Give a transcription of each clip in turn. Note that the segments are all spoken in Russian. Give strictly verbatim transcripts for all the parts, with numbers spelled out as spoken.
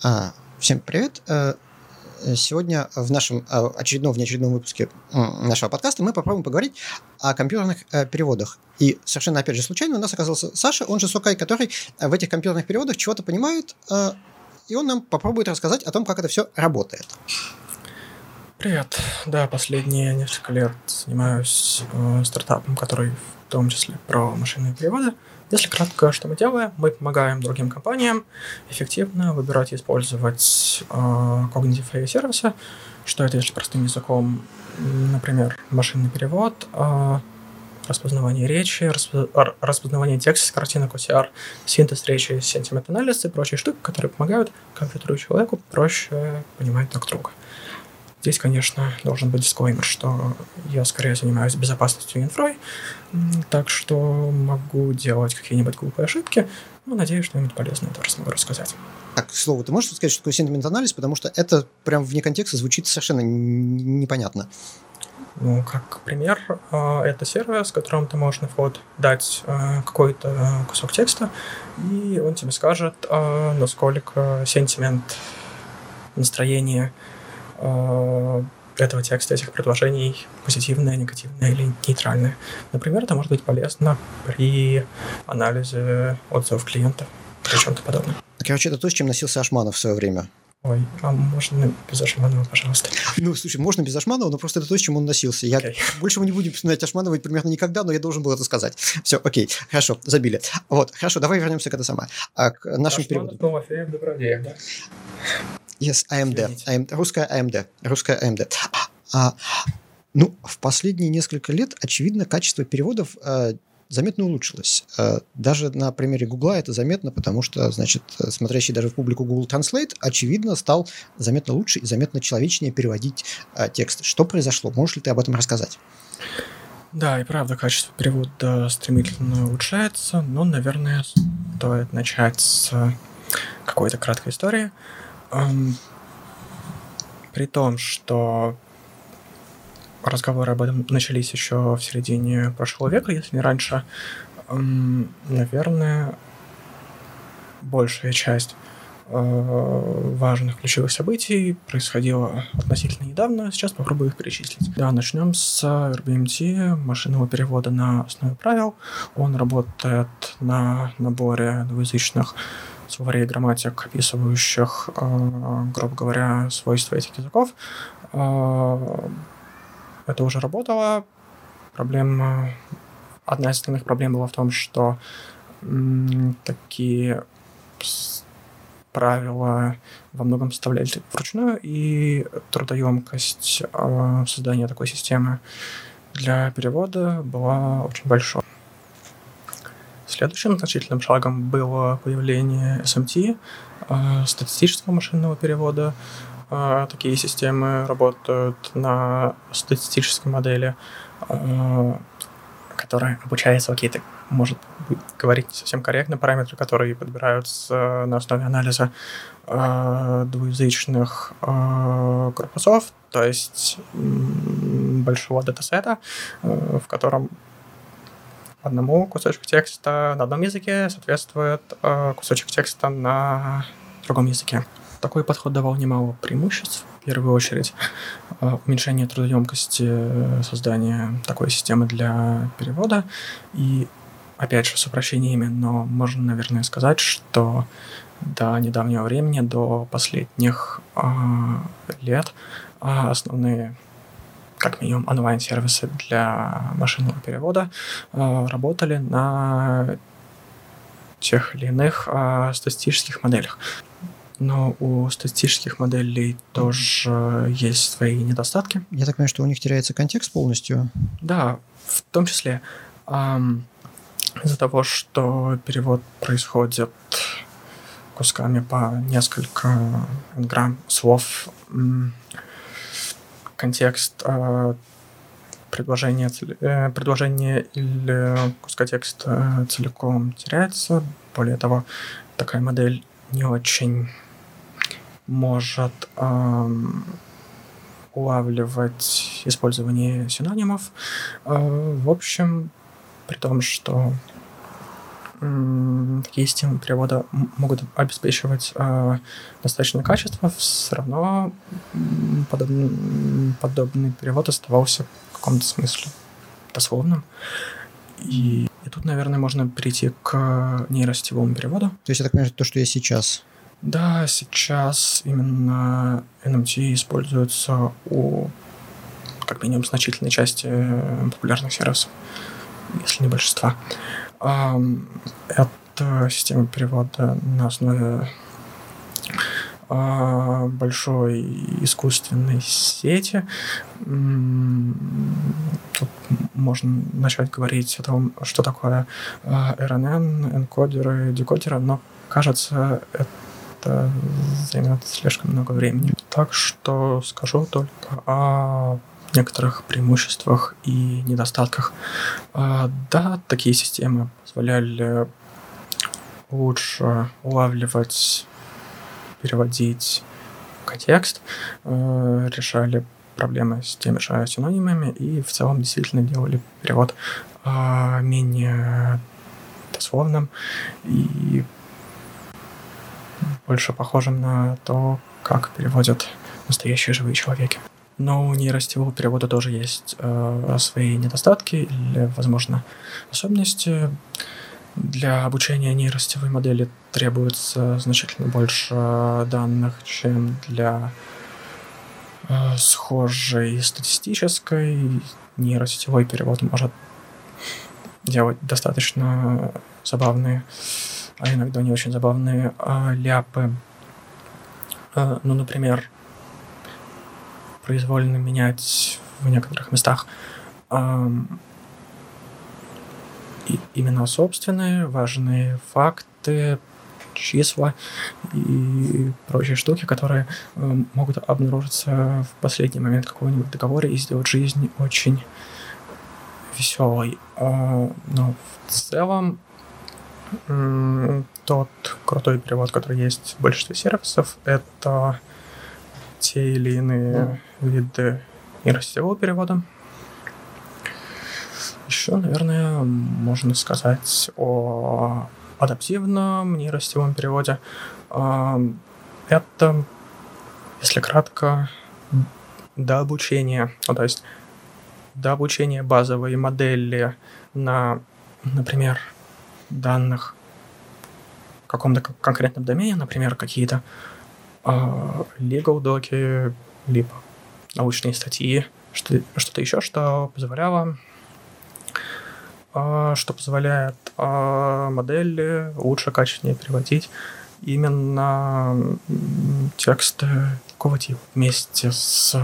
А, Всем привет. Э, Сегодня в нашем э, очередном, внеочередном выпуске м, нашего подкаста мы попробуем поговорить о компьютерных э, переводах. И совершенно, опять же, случайно у нас оказался Саша, он же Сокай, который э, в этих компьютерных переводах чего-то понимает, э, и он нам попробует рассказать о том, как это все работает. Привет. Да, последние несколько лет занимаюсь э, стартапом, который в том числе про машинные переводы. Если кратко, что мы делаем, мы помогаем другим компаниям эффективно выбирать и использовать э, Cognitive эй ай сервисы. Что это, если простым языком? Например, машинный перевод, э, распознавание речи, распо- распознавание текста с картинок о си ар, синтез речи, сентимент-анализ и прочие штуки, которые помогают компьютеру и человеку проще понимать друг друга. Здесь, конечно, должен быть дисклеймер, что я скорее занимаюсь безопасностью и инфрой, так что могу делать какие-нибудь глупые ошибки, но надеюсь, что-нибудь полезное тоже смогу рассказать. Так, к слову, ты можешь сказать, что такое сентимент-анализ, потому что это прям вне контекста звучит совершенно н- непонятно. Ну, как пример, это сервис, которым ты можешь на вход дать какой-то кусок текста, и он тебе скажет, насколько сентимент, настроение этого текста, этих предложений позитивное, негативное или нейтральное. Например, это может быть полезно при анализе отзывов клиентов или чем-то подобном. Короче, это то, с чем носился Ашманов в свое время. Ой, а можно без Ашманова, пожалуйста? Ну, слушай, можно без Ашманова, но просто это то, с чем он носился. Я okay. Больше мы не будем вспоминать Ашманова примерно никогда, но я должен был это сказать. Все, окей, хорошо, забили. Вот, хорошо, давай вернемся к это самое. А, к нашим переводам. Ашманов, Малафеев, Добродеев, да? Yes, эй эм ди. эй эм ди. Русская эй эм ди. Русская эй эм ди. А, ну, в последние несколько лет, очевидно, качество переводов а, заметно улучшилось. А, даже на примере Гугла это заметно, потому что, значит, смотрящий даже в публику Google Translate, очевидно, стал заметно лучше и заметно человечнее переводить а, тексты. Что произошло? Можешь ли ты об этом рассказать? Да, и правда, качество перевода стремительно улучшается, но, наверное, стоит начать с какой-то краткой истории. Um, при том, что разговоры об этом начались еще в середине прошлого века, если не раньше, um, наверное, большая часть uh, важных ключевых событий происходила относительно недавно. Сейчас попробую их перечислить. Да, начнем с эр би эм ти, машинного перевода на основе правил. Он работает на наборе двуязычных словарей и грамматик, описывающих, э, грубо говоря, свойства этих языков. Э, это уже работало. Проблема... Одна из основных проблем была в том, что м, такие правила во многом составляли вручную, и трудоемкость э, создания такой системы для перевода была очень большой. Следующим значительным шагом было появление эс эм ти, э, статистического машинного перевода. Э, такие системы работают на статистической модели, э, которая обучается какие-то, может быть, говорить не совсем корректно, параметры, которые подбираются на основе анализа э, двуязычных э, корпусов, то есть м, большого датасета, э, в котором одному кусочку текста на одном языке соответствует э, кусочек текста на другом языке. Такой подход давал немало преимуществ. В первую очередь, э, уменьшение трудоемкости создания такой системы для перевода. И, опять же, с упрощениями, но можно, наверное, сказать, что до недавнего времени, до последних э, лет, э, основные, как минимум, онлайн-сервисы для машинного перевода э, работали на тех или иных э, статистических моделях. Но у статистических моделей тоже есть свои недостатки. Я так понимаю, что у них теряется контекст полностью? Да, в том числе эм, из-за того, что перевод происходит кусками по несколько грамм слов, эм, контекст э, предложения, э, предложения или куска текста целиком теряется. Более того, такая модель не очень может эм, улавливать использование синонимов. Э, в общем, при том, что такие системы перевода могут обеспечивать э, достаточное качество, все равно подобный, подобный перевод оставался в каком-то смысле дословным. И, и тут, наверное, можно перейти к нейросетевому переводу. То есть, я так понимаю, то, что есть сейчас? Да, сейчас именно эн эм ти используется у, как минимум, значительной части популярных сервисов, если не большинства. Это система перевода на основе большой искусственной сети. Тут можно начать говорить о том, что такое эр эн эн, энкодеры, декодеры, но, кажется, это займет слишком много времени. Так что скажу только о некоторых преимуществах и недостатках. Да, такие системы позволяли лучше улавливать, переводить контекст, решали проблемы с теми же синонимами и в целом действительно делали перевод менее дословным и больше похожим на то, как переводят настоящие живые человеки. Но у нейросетевого перевода тоже есть э, свои недостатки или, возможно, особенности. Для обучения нейросетевой модели требуется значительно больше данных, чем для э, схожей статистической. Нейросетевой перевод может делать достаточно забавные, а иногда не очень забавные э, ляпы. Э, ну, например, произвольно менять в некоторых местах эм, и именно собственные важные факты, числа и прочие штуки, которые э, могут обнаружиться в последний момент какого-нибудь договора и сделать жизнь очень веселой. Э, но в целом э, тот крутой перевод, который есть в большинстве сервисов, это те или иные виды нейросетевого перевода. Еще, наверное, можно сказать о адаптивном нейросетевом переводе. Это, если кратко, до обучения, ну, то есть до обучения базовой модели на, например, данных в каком-то конкретном домене, например, какие-то legal доки, либо научные статьи, что- что-то еще, что позволяло, а, что позволяет а, модели лучше, качественнее переводить именно м, тексты такого типа вместе с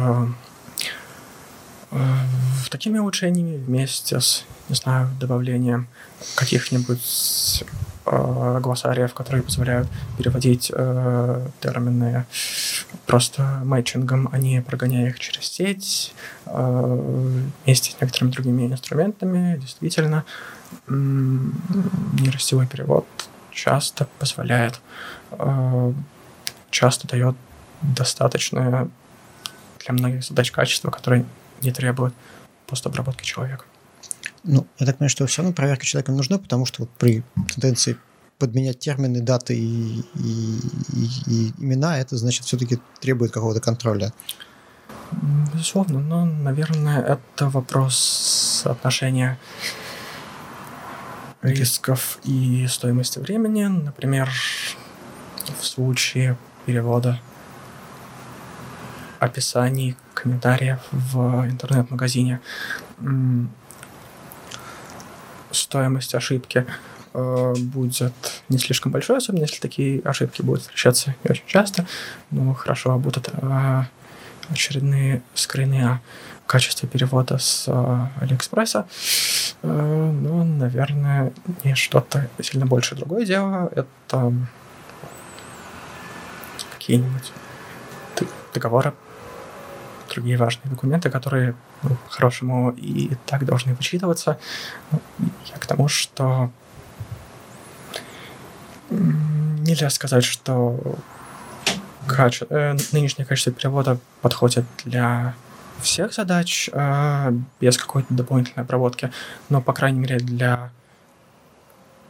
э, такими улучшениями, вместе с, не знаю, добавлением каких-нибудь э, глоссариев, которые позволяют переводить э, термины просто мэтчингом, а не прогоняя их через сеть, э, вместе с некоторыми другими инструментами. Действительно, м, нейросетевой перевод часто позволяет, э, часто дает достаточное для многих задач качество, которое не требует постобработки человека. Ну, я так понимаю, что все равно проверка человеком нужна, потому что вот при тенденции подменять термины, даты и, и, и, и имена, это, значит, все-таки требует какого-то контроля. Безусловно, но, наверное, это вопрос соотношения рисков и стоимости времени. Например, в случае перевода описаний, комментариев в интернет-магазине, м, стоимость ошибки э, будет не слишком большой, особенно если такие ошибки будут встречаться не очень часто. Ну, хорошо, будут э, очередные скрины о качестве перевода с э, Алиэкспресса. Э, ну, наверное, не что-то сильно больше. Другое дело — это какие-нибудь д- договоры, другие важные документы, которые, ну, по-хорошему и так должны вычитываться. Ну, я к тому, что м, нельзя сказать, что каче- э, нынешнее качество перевода подходит для всех задач э, без какой-то дополнительной обработки, но, по крайней мере, для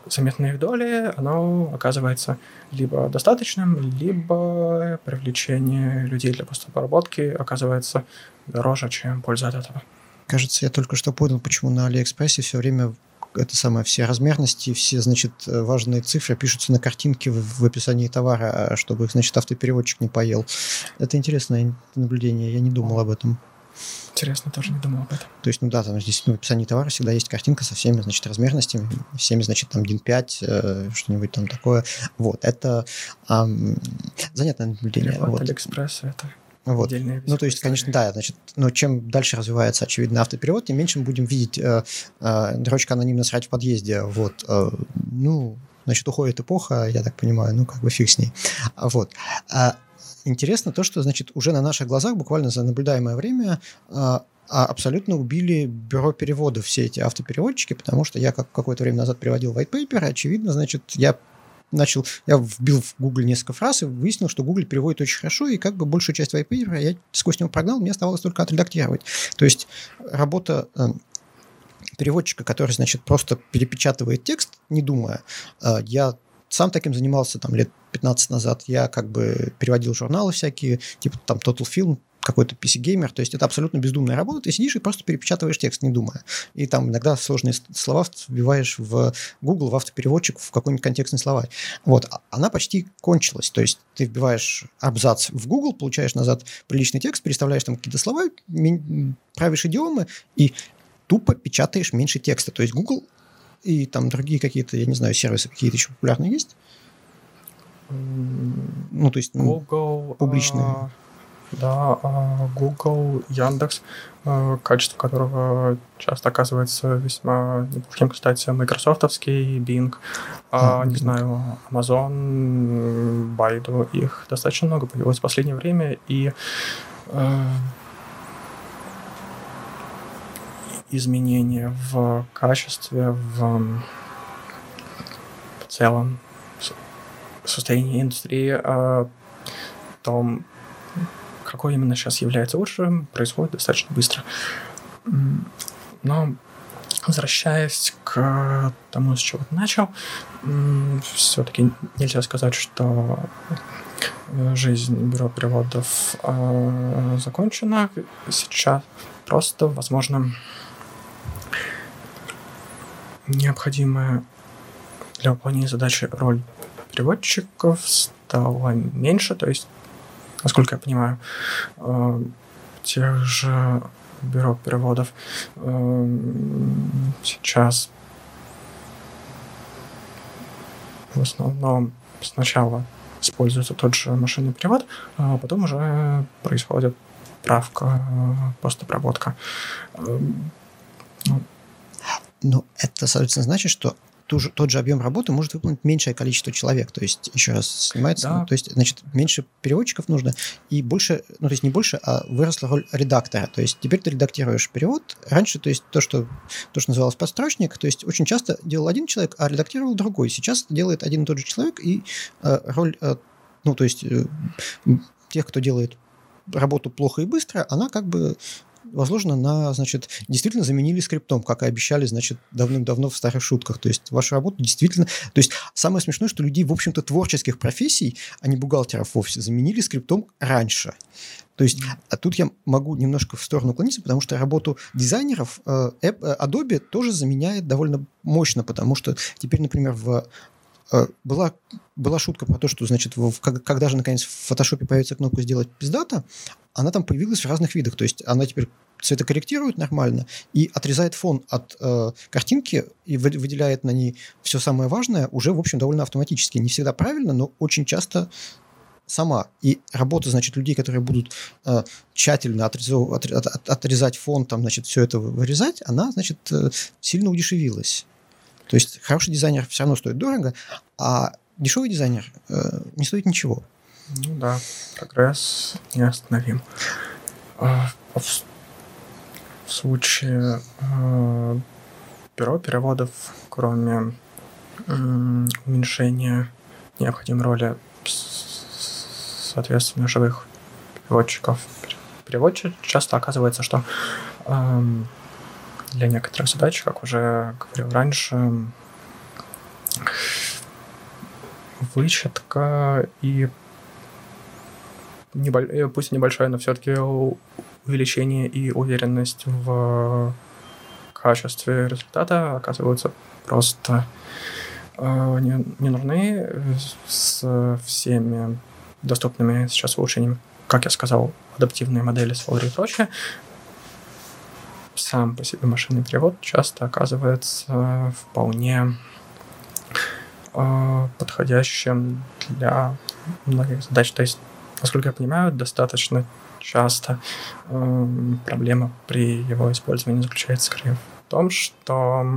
заметной их доли, оно оказывается либо достаточным, либо привлечение людей для постобработки оказывается дороже, чем польза от этого. Кажется, я только что понял, почему на Алиэкспрессе все время это самое, все размерности, все, значит, важные цифры пишутся на картинке в, в описании товара, чтобы их, значит, автопереводчик не поел. Это интересное наблюдение, я не думал об этом. Интересно, тоже не думал об этом. То есть, ну да, там здесь ну, в описании товара всегда есть картинка со всеми, значит, размерностями, всеми, значит, там дин пять, э, что-нибудь там такое. Вот, это эм, занятное наблюдение. Перевод вот. Алиэкспресса, это вот. Ну, то есть, конечно, да, значит, но чем дальше развивается, очевидно, автоперевод, тем меньше мы будем видеть э, э, дрочка анонимно срать в подъезде. Вот, э, ну, значит, уходит эпоха, я так понимаю, ну, как бы фиг с ней. Вот. А интересно то, что, значит, уже на наших глазах, буквально за наблюдаемое время, э, абсолютно убили бюро переводов, все эти автопереводчики, потому что я как какое-то время назад переводил white paper, и, очевидно, значит, я начал, я вбил в Google несколько фраз и выяснил, что Google переводит очень хорошо, и как бы большую часть white paper я сквозь него прогнал, мне оставалось только отредактировать. То есть работа э, переводчика, который, значит, просто перепечатывает текст, не думая, э, я сам таким занимался там лет пятнадцать назад, я как бы переводил журналы всякие, типа там Total Film, какой-то пи си-геймер, то есть это абсолютно бездумная работа, ты сидишь и просто перепечатываешь текст, не думая. И там иногда сложные слова вбиваешь в Google, в автопереводчик, в какой-нибудь контекстный словарь. Вот, она почти кончилась, то есть ты вбиваешь абзац в Google, получаешь назад приличный текст, переставляешь там какие-то слова, правишь идиомы и тупо печатаешь меньше текста. То есть Google и там другие какие-то, я не знаю, сервисы какие-то еще популярные есть? Ну, то есть ну, Google, публичные. Uh... Да, Google, Яндекс, качество которого часто оказывается весьма неплохим, кстати, майкрософтовский, Bing, а, не Bing. знаю, Amazon, Baidu, их достаточно много появилось в последнее время, и э, изменения в качестве, в, в целом состоянии индустрии, э, том, какой именно сейчас является лучшим, происходит достаточно быстро. Но, возвращаясь к тому, с чего ты начал, все-таки нельзя сказать, что жизнь бюро переводов э, закончена. Сейчас просто, возможно, необходимая для выполнения задачи роль переводчиков стала меньше, то есть, насколько я понимаю, э, тех же бюро переводов э, сейчас в основном сначала используется тот же машинный перевод, а потом уже происходит правка, постобработка. Но это, соответственно, значит, что ту же, тот же объем работы может выполнить меньшее количество человек. То есть, еще раз, снимается, да. ну, то есть, значит, меньше переводчиков нужно, и больше, ну, то есть, не больше, а выросла роль редактора. То есть, теперь ты редактируешь перевод. Раньше, то есть, то, что, то, что называлось подстрочник, то есть, очень часто делал один человек, а редактировал другой. Сейчас это делает один и тот же человек, и э, роль, э, ну, то есть, э, тех, кто делает работу плохо и быстро, она как бы возложено на, значит, действительно заменили скриптом, как и обещали, значит, давным-давно в старых шутках. То есть вашу работу действительно... То есть самое смешное, что людей, в общем-то, творческих профессий, а не бухгалтеров вовсе, заменили скриптом раньше. То есть, а тут я могу немножко в сторону уклониться, потому что работу дизайнеров э, Adobe тоже заменяет довольно мощно, потому что теперь, например, в Была, была шутка про то, что, значит, в, когда же, наконец, в фотошопе появится кнопка «Сделать пиздато», она там появилась в разных видах. То есть она теперь цветокорректирует нормально и отрезает фон от э, картинки и выделяет на ней все самое важное уже, в общем, довольно автоматически. Не всегда правильно, но очень часто сама. И работа, значит, людей, которые будут э, тщательно отрезов, от, от, отрезать фон, там, значит, все это вырезать, она, значит, э, сильно удешевилась. То есть хороший дизайнер все равно стоит дорого, а дешевый дизайнер э, не стоит ничего. Ну да, прогресс неостановим. А, в, в случае э, бюро переводов, кроме э, уменьшения необходимой роли, соответственно, живых переводчиков, переводчик, часто оказывается, что э, для некоторых задач, как уже говорил раньше, вычетка и небо... пусть небольшое, но все-таки увеличение и уверенность в качестве результата оказываются просто э, не, не нужны с всеми доступными сейчас улучшениями. Как я сказал, адаптивные модели, Solr и прочее. Сам по себе машинный перевод часто оказывается вполне э, подходящим для многих задач. То есть, насколько я понимаю, достаточно часто э, проблема при его использовании заключается скорее в том, что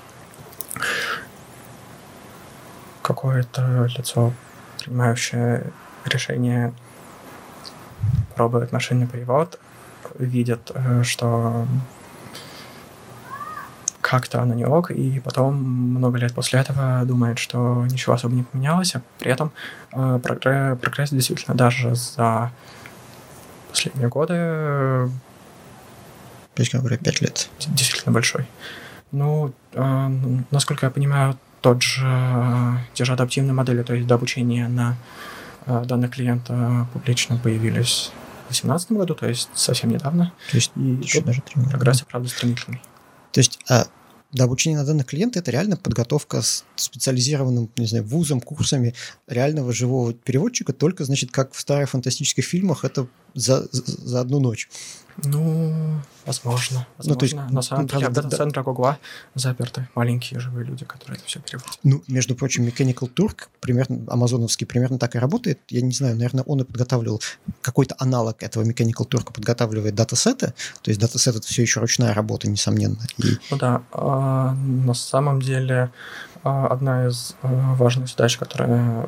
какое-то лицо, принимающее решение, пробует машинный перевод, видит, что как-то оно не ок, и потом много лет после этого думает, что ничего особо не поменялось, а при этом э, прогресс, прогресс действительно даже за последние годы... Пять, говоря, пять лет. Действительно большой. Ну, э, насколько я понимаю, тот же, те же адаптивные модели, то есть до обучения на э, данных клиента публично появились в две тысячи восемнадцатом году, то есть совсем недавно. То есть и еще даже три года. Прогресс, правда, стремительный. То есть а, до обучения на данных клиента это реально подготовка с специализированным, не знаю, вузом, курсами реального живого переводчика, только, значит, как в старых фантастических фильмах, это за, за, за одну ночь. Ну, возможно. возможно. Ну, то есть, на самом деле, в дата-центре Гугла заперты маленькие живые люди, которые это все переводят. Ну, между прочим, Mechanical Turk, примерно, амазоновский, примерно так и работает. Я не знаю, наверное, он и подготавливал какой-то аналог этого Mechanical Turk, подготавливает датасеты. То есть датасет — это все еще ручная работа, несомненно. И... Ну да, а, на самом деле одна из важных задач, которая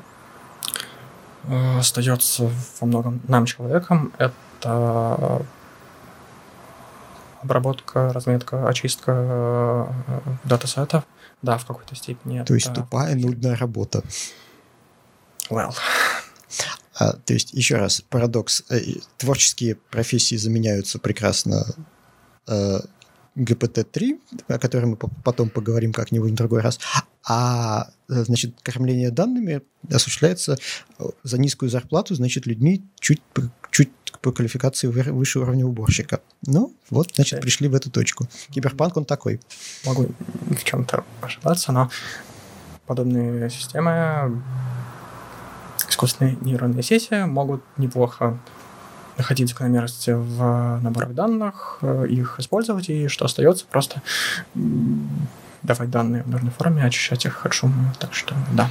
остается во многом нам, человеком, это обработка, разметка, очистка датасетов. Да, в какой-то степени. То есть тупая, нудная работа. Well. А, то есть, еще раз, парадокс. Творческие профессии заменяются прекрасно э, джи пи ти три, о котором мы потом поговорим как-нибудь в другой раз, а, значит, кормление данными осуществляется за низкую зарплату, значит, людьми чуть, чуть по квалификации выше уровня уборщика. Ну, вот, значит, пришли в эту точку. Киберпанк, он такой. Могу в чем-то ошибаться, но подобные системы, искусственные нейронные сети могут неплохо находить закономерности в наборах данных, их использовать, и что остается, просто давать данные в нужной форме, очищать их от шума. Так что, да.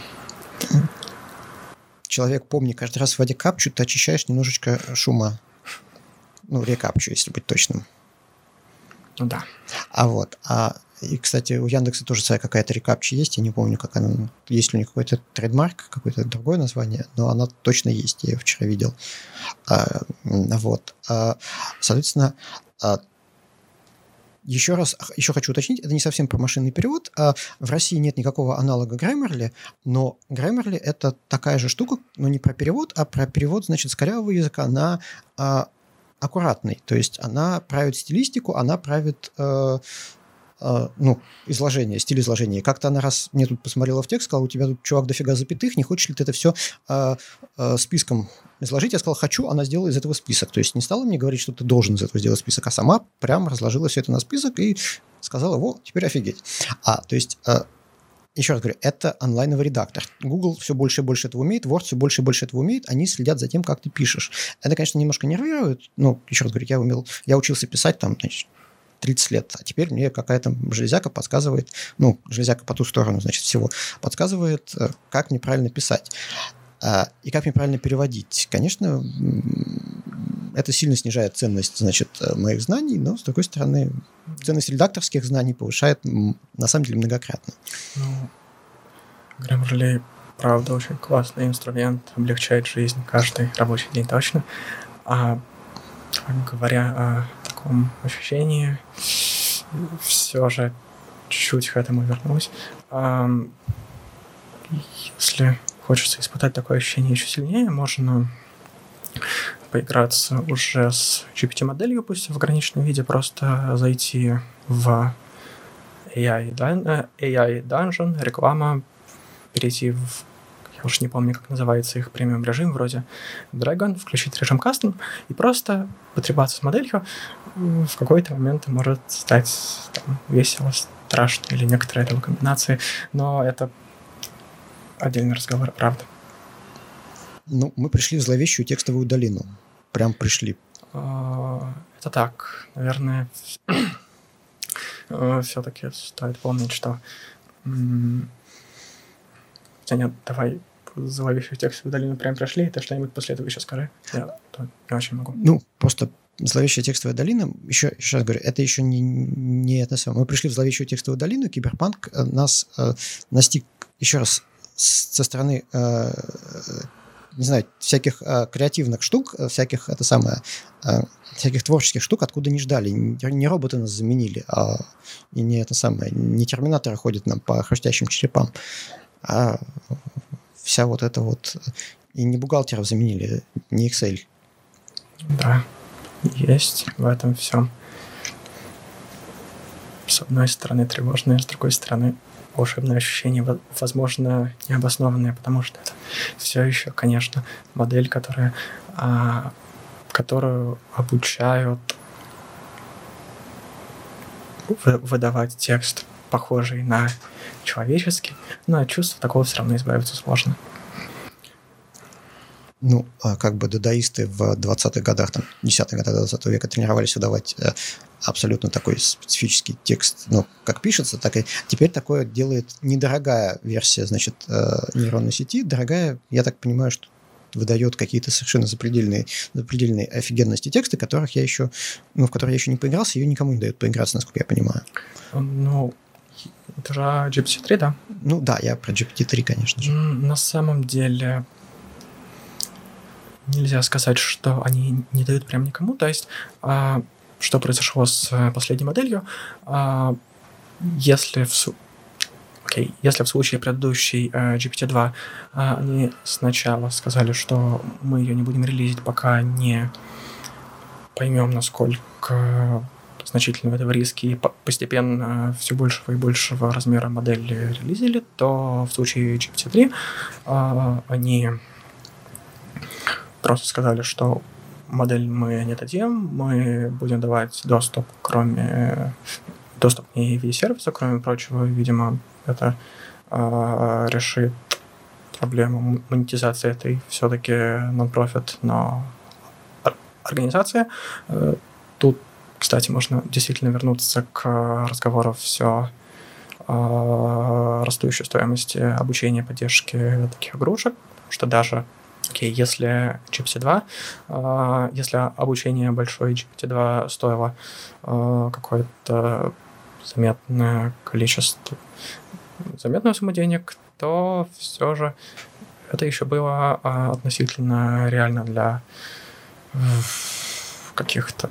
Человек, помни, каждый раз вводя капчу, ты очищаешь немножечко шума. Ну, рекапчу, если быть точным. Ну да. А вот, а и, кстати, у Яндекса тоже своя какая-то рекапча есть, я не помню, как она, есть ли у них какой-то трейдмарк, какое-то другое название, но она точно есть, я ее вчера видел. А, вот. А, соответственно, а, еще раз, еще хочу уточнить, это не совсем про машинный перевод. А в России нет никакого аналога Grammarly, но Grammarly — это такая же штука, но не про перевод, а про перевод, значит, с корявого языка на а, аккуратный. То есть она правит стилистику, она правит э, э, ну, изложение, стиль изложения. Как-то она раз мне тут посмотрела в текст, сказала: у тебя тут, чувак, дофига запятых, не хочешь ли ты это все э, э, списком изложить? Я сказал: хочу, она сделала из этого список. То есть не стала мне говорить, что ты должен из этого сделать список, а сама прям разложила все это на список и сказала: во, теперь офигеть. А, то есть... Э, Еще раз говорю, это онлайновый редактор. Google все больше и больше этого умеет, Word все больше и больше этого умеет, они следят за тем, как ты пишешь. Это, конечно, немножко нервирует. Ну, еще раз говорю, я умел, я учился писать там, значит, тридцать лет, а теперь мне какая-то железяка подсказывает, ну, железяка по ту сторону, значит, всего, подсказывает, как мне правильно писать и как мне правильно переводить. Конечно, это сильно снижает ценность, значит, моих знаний, но, с другой стороны, ценность редакторских знаний повышает, на самом деле, многократно. Ну, Grammarly, правда, очень классный инструмент, облегчает жизнь каждый рабочий день точно. А говоря о таком ощущении, все же чуть-чуть к этому вернусь. Если хочется испытать такое ощущение еще сильнее, можно поиграться уже с джи пи ти-моделью, пусть в ограниченном виде, просто зайти в эй ай, эй ай Dungeon, реклама, перейти в, я уж не помню, как называется их премиум режим, вроде Dragon, включить режим кастом и просто потребаться с моделью. В какой-то момент может стать там, весело, страшно или некоторые этого комбинации, но это отдельный разговор, правда. Ну, мы пришли в зловещую текстовую долину. Прям пришли. Это так, наверное, все-таки стоит помнить, что... Хотя нет, давай зловещую текстовую долину прям прошли, ты что-нибудь после этого еще скажи. Я не очень могу. Ну, просто зловещая текстовая долина, еще, еще раз говорю, это еще не, не это самое. Мы пришли в зловещую текстовую долину, киберпанк нас э, настиг, еще раз, со стороны, э, не знаю, всяких э, креативных штук, всяких, это самое, э, всяких творческих штук, откуда не ждали. Не, не роботы нас заменили, а и не это самое, не терминаторы ходят нам по хрустящим черепам, а вся вот эта вот... И не бухгалтеров заменили, не Excel. Да, есть в этом всем. С одной стороны тревожное, с другой стороны волшебное ощущение, возможно, необоснованное, потому что это все еще, конечно, модель, которая, а, которую обучают вы, выдавать текст, похожий на человеческий, но от чувства такого все равно избавиться сложно. Ну, как бы дадаисты в двадцатых годах, там, десятых годах двадцатого века тренировались выдавать э, абсолютно такой специфический текст, ну, как пишется, так и теперь такое делает недорогая версия, значит, э, нейронной сети. Дорогая, я так понимаю, что выдает какие-то совершенно запредельные, запредельные офигенности тексты, которых я еще, ну, в которые я еще не поигрался, ее никому не дают поиграться, насколько я понимаю. Ну, это же джи пи ти три, да? Ну, да, я про джи пи ти три, конечно же. На самом деле... Нельзя сказать, что они не дают прям никому. То есть, а, что произошло с последней моделью, а, если, в, okay, если в случае предыдущей а, джи пи ти два а, они сначала сказали, что мы ее не будем релизить, пока не поймем, насколько значительны этого риски, и постепенно все большего и большего размера модели релизили, то в случае джи пи ти три а, они... просто сказали, что модель мы не дадим, мы будем давать доступ, кроме доступ к ней в виде сервиса, кроме прочего, видимо, это э, решит проблему монетизации этой все-таки non-profit, но организации. Э, тут, кстати, можно действительно вернуться к разговору все о растущей стоимости обучения, поддержки таких игрушек, потому что даже Окей, okay, если джи пи ти два, э, если обучение большой джи пи ти два стоило э, какое-то заметное количество, заметную сумму денег, то все же это еще было э, относительно реально для э, каких-то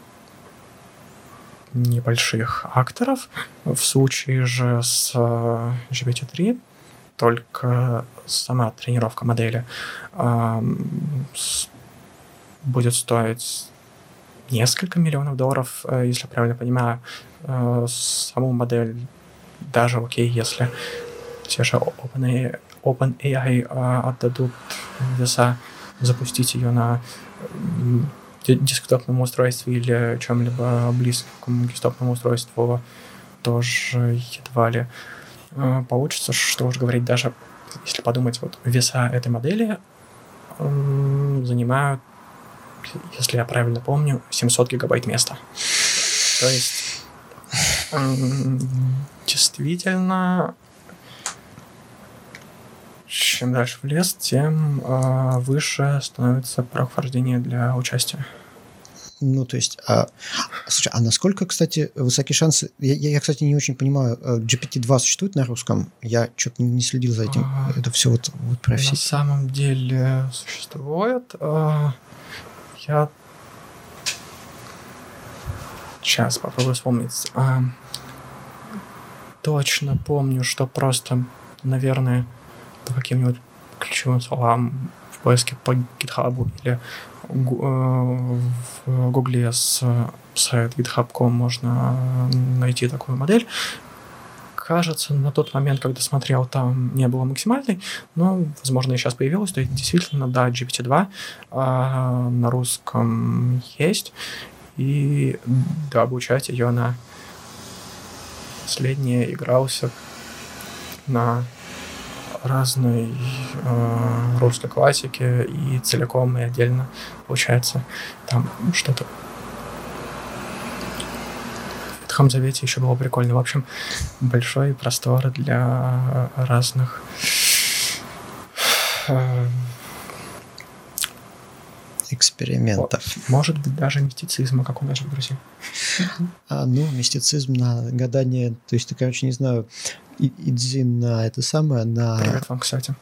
небольших акторов. В случае же с э, джи пи ти три только сама тренировка модели э, с, будет стоить несколько миллионов долларов, э, если я правильно понимаю. Э, саму модель даже окей, если те же OpenAI, OpenAI э, отдадут веса, запустить ее на э, десктопном устройстве или чем-либо близкому к десктопному устройству, тоже едва ли получится, что уж говорить, даже если подумать, вот веса этой модели э, занимают, если я правильно помню, семьсот гигабайт места. То есть э, действительно, чем дальше в лес, тем э, выше становится прохождение для участия. Ну, то есть, а, слушай, а насколько, кстати, высокие шансы... Я, я, кстати, не очень понимаю, джи пи ти два существует на русском? Я что-то не, не следил за этим. А, Это все вот, вот про все... На самом деле существует. А, я сейчас попробую вспомнить. А, точно помню, что просто, наверное, по каким-нибудь ключевым словам в поиске по GitHub или в Гугле с сайт гитхаб точка ком можно найти такую модель. кажется, на тот момент, когда смотрел, там не было максимальной, но, возможно, и сейчас появилась. То есть, действительно, да, джи пи ти два а, на русском есть. И да, обучать ее на последнее игрался на разной э, русской классике и целиком, и отдельно, получается, там что-то. В Ветхом Завете еще было прикольно. В общем, большой простор для разных э, экспериментов. Может быть, даже мистицизма, как у наших друзей. А, ну, мистицизм на гадание, то есть, ты, короче, не знаю, идзи на это самое, на... Привет вам, кстати.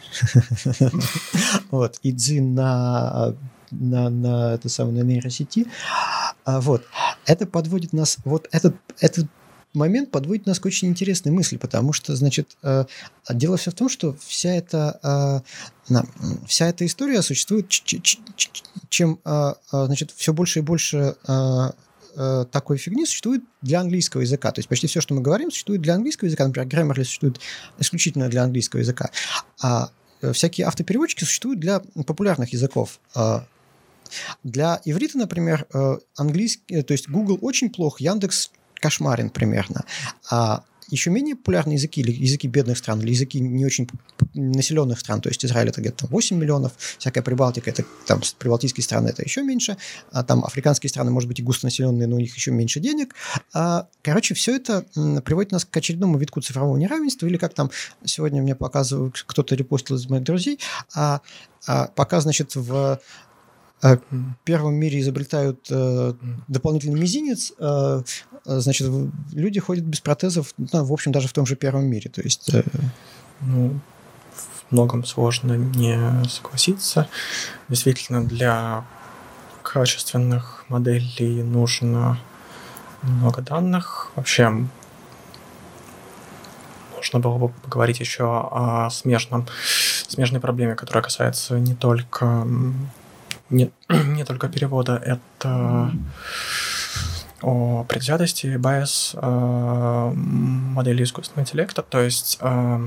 Вот, идзи на, на, на это самое, на нейросети. А, вот, это подводит нас, вот этот, этот момент подводит нас к очень интересной мысли, потому что, значит, э, дело все в том, что вся эта, э, вся эта история существует, чем, э, значит, все больше и больше э, э, такой фигни существует для английского языка. То есть почти все, что мы говорим, существует для английского языка. Например, Grammarly существует исключительно для английского языка. А всякие автопереводчики существуют для популярных языков. Для иврита, например, английский, то есть Google очень плох, Яндекс кошмарен примерно. А еще менее популярные языки, или языки бедных стран, или языки не очень населенных стран, то есть Израиль это где-то восемь миллионов, всякая Прибалтика, это там прибалтийские страны, это еще меньше, а там африканские страны, может быть, и густонаселенные, но у них еще меньше денег. А, короче, все это приводит нас к очередному витку цифрового неравенства, или как там сегодня мне показывают, кто-то репостил из моих друзей, а, а, пока, значит, в в первом мире изобретают э, дополнительный мизинец, э, значит, люди ходят без протезов, ну, в общем, даже в том же первом мире. То есть, э... ну, в многом сложно не согласиться. Действительно, для качественных моделей нужно много данных. Вообще, нужно было бы поговорить еще о смежном, смежной проблеме, которая касается не только... Не, не только перевода, это о предвзятости, байс э, модели искусственного интеллекта, то есть э,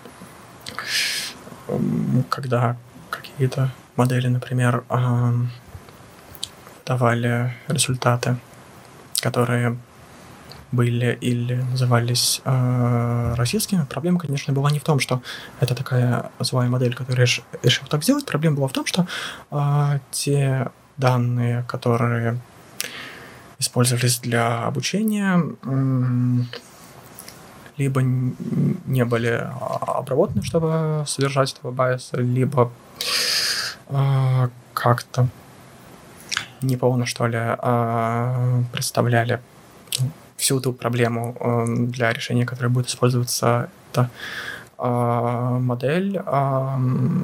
когда какие-то модели, например, э, давали результаты, которые были или назывались э, российскими, проблема, конечно, была не в том, что это такая злая модель, которая реш, решила так сделать. Проблема была в том, что э, те данные, которые использовались для обучения, э, либо не были обработаны, чтобы содержать этого байса, либо э, как-то неполно, что ли, э, представляли всю ту проблему, э, для решения которой будет использоваться эта э, модель. Э,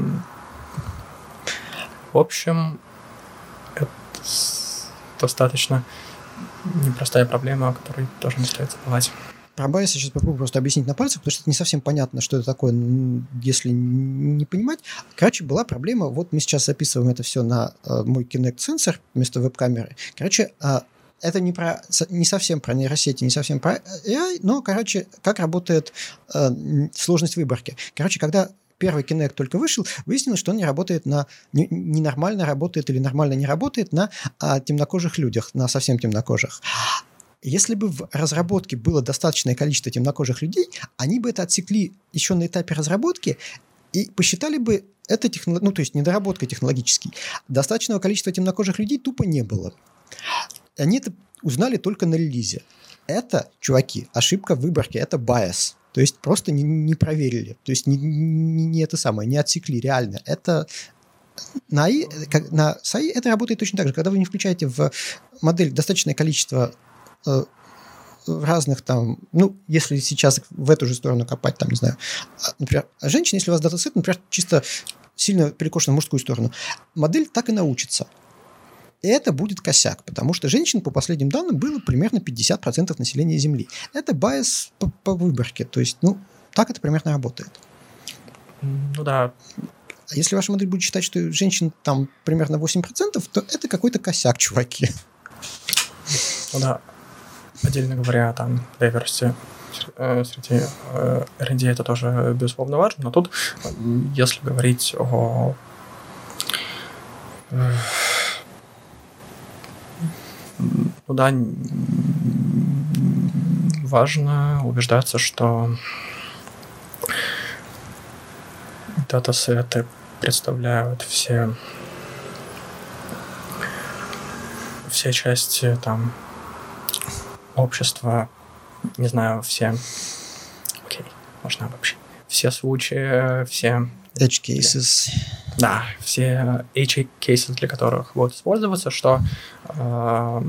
в общем, это достаточно непростая проблема, о которой тоже не стоит забывать. Про байс я сейчас попробую просто объяснить на пальцах, потому что это не совсем понятно, что это такое, если не понимать. Короче, была проблема, вот мы сейчас записываем это все на э, мой Kinect-сенсор вместо веб-камеры. Короче, э, это не, про, не совсем про нейросети, не совсем про эй ай, но, короче, как работает э, сложность выборки. Короче, когда первый Kinect только вышел, выяснилось, что он не работает на... ненормально работает или нормально не работает на а, темнокожих людях, на совсем темнокожих. Если бы в разработке было достаточное количество темнокожих людей, они бы это отсекли еще на этапе разработки и посчитали бы это, технолог... ну, то есть недоработкой технологической. Достаточного количества темнокожих людей тупо не было. Они это узнали только на релизе. Это, чуваки, ошибка в выборке, это bias. То есть просто не, не проверили. То есть не, не, не это самое, не отсекли реально. Это на, эй ай, как, на с эй ай это работает точно так же. Когда вы не включаете в модель достаточное количество э, разных там, ну, если сейчас в эту же сторону копать, там, не знаю, например, женщина, если у вас датасет, например, чисто сильно перекошен в мужскую сторону, модель так и научится. И это будет косяк, потому что женщин, по последним данным, было примерно пятьдесят процентов населения Земли. Это байс по, по выборке. То есть, ну, так это примерно работает. Ну да. А если ваша модель будет считать, что женщин там примерно восемь процентов, то это какой-то косяк, чуваки. Ну да. отдельно говоря, там, diversity среди эр энд ди это тоже, безусловно, важно, но тут, если говорить о ну да, важно убеждаться, что датасеты представляют все все части там общества, не знаю, все, окей, можно обобщить, все случаи, все edge cases. Да, все edge cases, для которых будут использоваться, что э,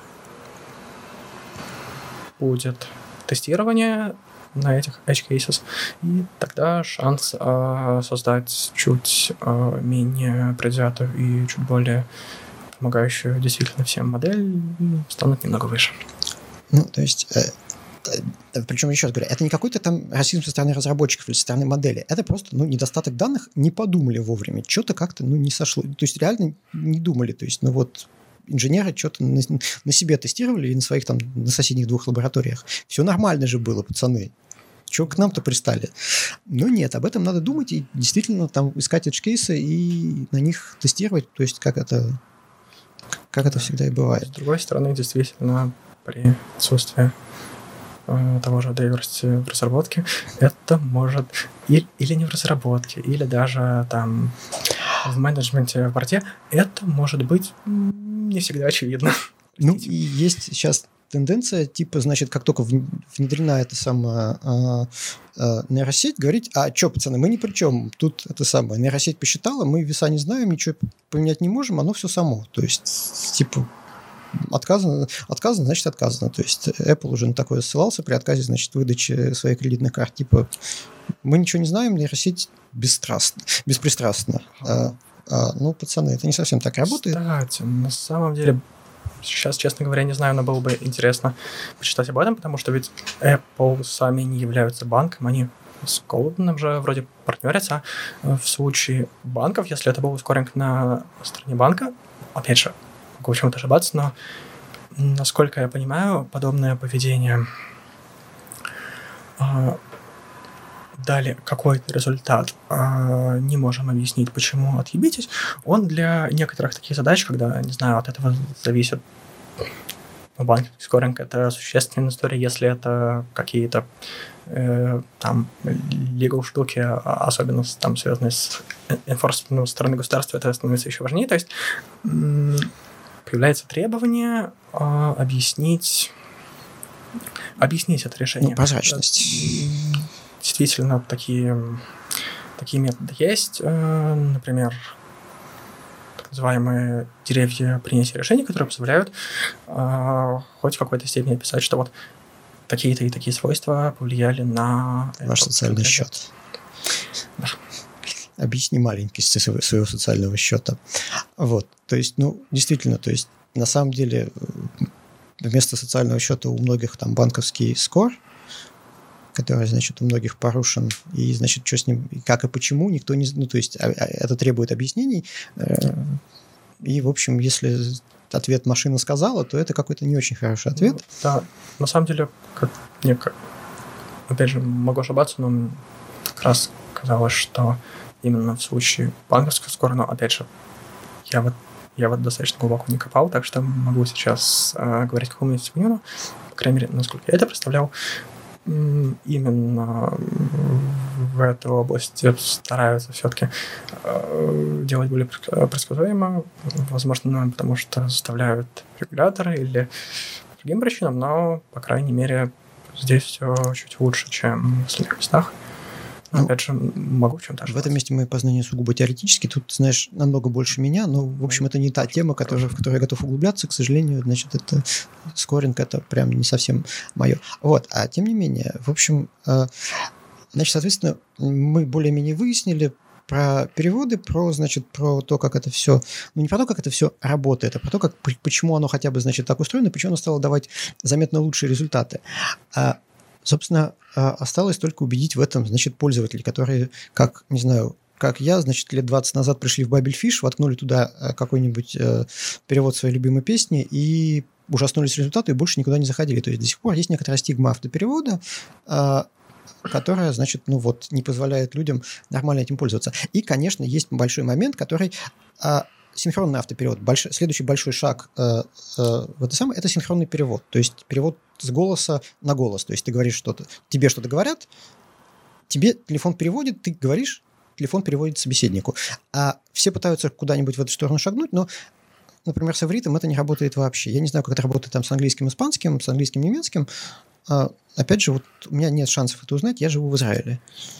будет тестирование на этих edge cases, и тогда шанс э, создать чуть э, менее предвзятую и чуть более помогающую действительно всем модель станет немного выше. Ну, то есть... Э... Причем, еще раз говорю, это не какой-то там расизм со стороны разработчиков или со стороны модели. Это просто, ну, недостаток данных, не подумали вовремя. Что-то как-то, ну, не сошло. То есть реально не думали. То есть, ну, вот инженеры что-то на, на себе тестировали и на своих там, на соседних двух лабораториях. Все нормально же было, пацаны. Чего к нам-то пристали? Но нет, об этом надо думать и действительно там искать edge-кейсы и на них тестировать. То есть, как это, как это всегда и бывает. С другой стороны, действительно, при отсутствии того же diversity в разработке, это может и, или не в разработке, или даже там в менеджменте в борде, это может быть не всегда очевидно. Ну, и есть сейчас тенденция, типа, значит, как только внедрена эта самая а, а, нейросеть, говорить, а что, пацаны, мы ни при чем, тут это самое, нейросеть посчитала, мы веса не знаем, ничего поменять не можем, оно все само. То есть, типа, Отказано, отказано, значит отказано. То есть Apple уже на такое ссылался при отказе, значит, выдачи своих кредитных карт. Типа, мы ничего не знаем, нейросеть бесстрастна, беспристрастна. А, а, ну, пацаны, это не совсем так работает. Кстати, на самом деле, сейчас, честно говоря, не знаю, но было бы интересно почитать об этом, потому что ведь Apple сами не являются банком, они с Golden же вроде партнерятся. В случае банков, если это был ускоринг на стороне банка, опять же, могу в чем-то ошибаться, но, насколько я понимаю, подобное поведение э, дали какой-то результат, э, не можем объяснить, почему отъебитесь, он для некоторых таких задач, когда, не знаю, от этого зависит банковский скоринг, это существенная история, если это какие-то э, там legal штуки, особенно там связанные с enforcement стороны государства, это становится еще важнее, то есть м- появляется требование э, объяснить объяснить это решение. Ну, прозрачность. Действительно, такие, такие методы есть. Э, например, так называемые деревья принятия решений, которые позволяют э, хоть в какой-то степени описать, что вот такие-то и такие свойства повлияли на... Ваш социальный счет. Да. Объясни маленькость своего социального счета. Вот. То есть, ну, действительно, то есть, на самом деле, вместо социального счета у многих там банковский скор, который, значит, у многих порушен, и, значит, что с ним, как и почему, никто не... Ну, то есть, это требует объяснений. И, в общем, если ответ машина сказала, то это какой-то не очень хороший ответ. Да, на самом деле, как мне, как, опять же, могу ошибаться, но как раз казалось, что именно в случае банковского скора, но, опять же, я вот, я вот достаточно глубоко не копал, так что могу сейчас э, говорить какому-нибудь мнению, по крайней мере, насколько я это представлял, именно в этой области стараются все-таки э, делать более предсказуемо, возможно, потому что заставляют регуляторы или по другим причинам, но, по крайней мере, здесь все чуть лучше, чем в остальных местах. Ну, опять же, могу в чем-то ошибаться. В этом месте мои познания сугубо теоретически. Тут, знаешь, намного больше меня, но, в общем, это не та тема, которая, в которой я готов углубляться, к сожалению. Значит, это скоринг, это прям не совсем мое. Вот, а тем не менее, в общем, значит, соответственно, мы более-менее выяснили про переводы, про, значит, про то, как это все, ну, не про то, как это все работает, а про то, как, почему оно хотя бы, значит, так устроено, почему оно стало давать заметно лучшие результаты. А, собственно, осталось только убедить в этом, значит, пользователей, которые, как, не знаю, как я, значит, лет двадцать назад пришли в Babelfish, воткнули туда какой-нибудь э, перевод своей любимой песни и ужаснулись результаты и больше никуда не заходили. То есть до сих пор есть некоторая стигма автоперевода, которая, значит, ну вот, не позволяет людям нормально этим пользоваться. И, конечно, есть большой момент, который... Синхронный автоперевод. Больш... Следующий большой шаг э, э, в это самое, это синхронный перевод. То есть перевод с голоса на голос. То есть ты говоришь что-то, тебе что-то говорят, тебе телефон переводит, ты говоришь, телефон переводит собеседнику. А все пытаются куда-нибудь в эту сторону шагнуть, но, например, с ивритом это не работает вообще. Я не знаю, как это работает там с английским, испанским, с английским, немецким. А, опять же, вот у меня нет шансов это узнать, я живу в Израиле.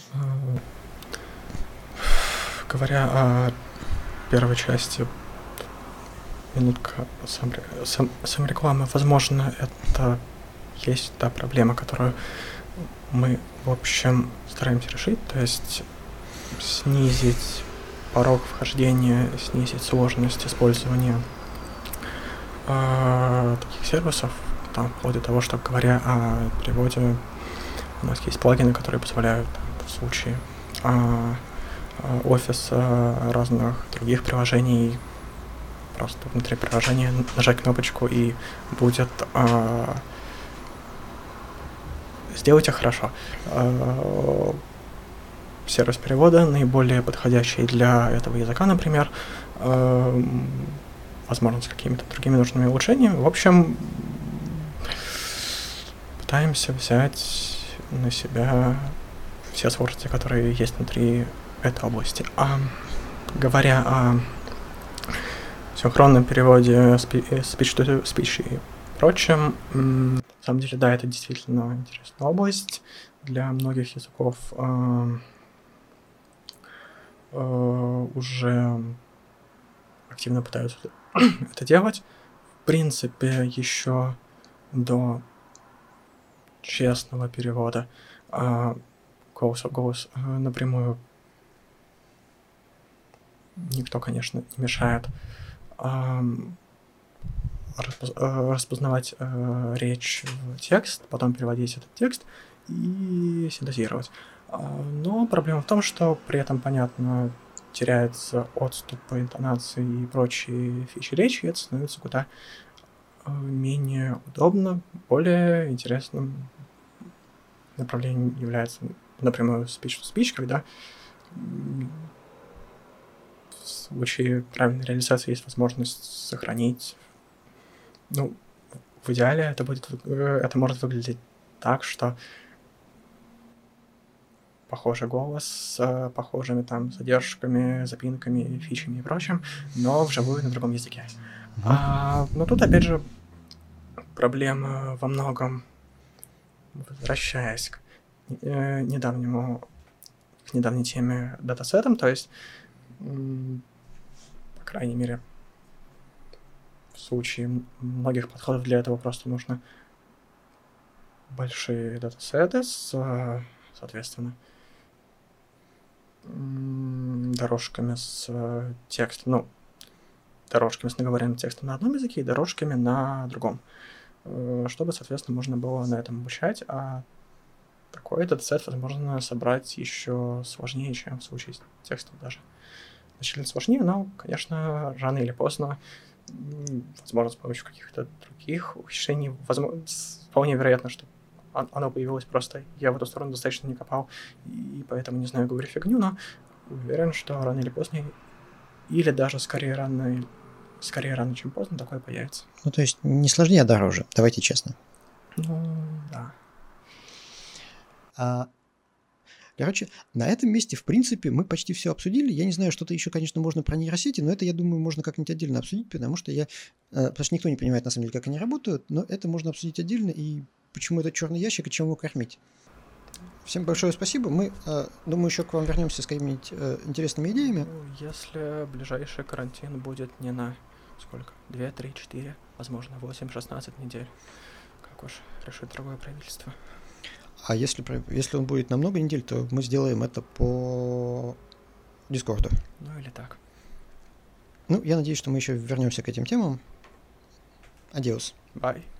Говоря о первой части, минутка сам, сам, сам рекламы, возможно, это есть та проблема, которую мы, в общем, стараемся решить, то есть снизить порог вхождения, снизить сложность использования э, таких сервисов, там, вплоть до того, что, говоря о переводе, у нас есть плагины, которые позволяют там, в случае э, офиса, разных других приложений, просто внутри приложения нажать кнопочку и будет э, сделайте хорошо. Э, сервис перевода наиболее подходящий для этого языка, например, э, возможно, с какими-то другими нужными улучшениями. В общем, пытаемся взять на себя все сложности, которые есть внутри этой области. А говоря о синхронном переводе speech-to-speech и прочем, на самом деле, да, это действительно интересная область. Для многих языков э, э, уже активно пытаются это делать. В принципе, еще до честного перевода э, голоса в голос э, напрямую никто, конечно, не мешает э, распоз- э, распознавать э, речь в текст, потом переводить этот текст и синтезировать. Э, но проблема в том, что при этом, понятно, теряется отступ по интонации и прочие фичи речи, и это становится куда э, менее удобно, более интересным направлением является напрямую speech-to-speech, когда в случае правильной реализации есть возможность сохранить. Ну, в идеале это будет, это может выглядеть так, что похожий голос с похожими там задержками, запинками, фичами и прочим, но вживую на другом языке. Mm-hmm. А, но тут, опять же, проблема во многом, возвращаясь к э, недавнему, к недавней теме датасетам, то есть, м- по крайней мере, в случае многих подходов для этого просто нужно большие датасеты с, соответственно, дорожками с текстом, ну, дорожками с наговоренным текстом на одном языке и дорожками на другом, чтобы, соответственно, можно было на этом обучать, а такой датасет возможно собрать еще сложнее, чем в случае с текстом даже. Значительно сложнее, но, конечно, рано или поздно, возможно, с помощью каких-то других ухищрений, возможно, вполне вероятно, что оно появилось просто. Я в эту сторону достаточно не копал, и поэтому не знаю, говорю фигню, но уверен, что рано или поздно, или даже скорее рано, скорее рано, чем поздно, такое появится. Ну, то есть не сложнее, а дороже, давайте честно. Ну, да. А, короче, на этом месте, в принципе, мы почти все обсудили. Я не знаю, что-то еще, конечно, можно про нейросети, но это, я думаю, можно как-нибудь отдельно обсудить, потому что я... Потому что никто не понимает, на самом деле, как они работают, но это можно обсудить отдельно, и почему это черный ящик, и чем его кормить. Всем большое спасибо. Мы, думаю, еще к вам вернемся с какими-нибудь интересными идеями. Если ближайший карантин будет не на сколько? две, три, четыре, возможно, восемь-шестнадцать недель. Как уж решит другое правительство. А если, если он будет на много недель, то мы сделаем это по Дискорду. Ну или так. Ну, я надеюсь, что мы еще вернемся к этим темам. Адиос. Bye.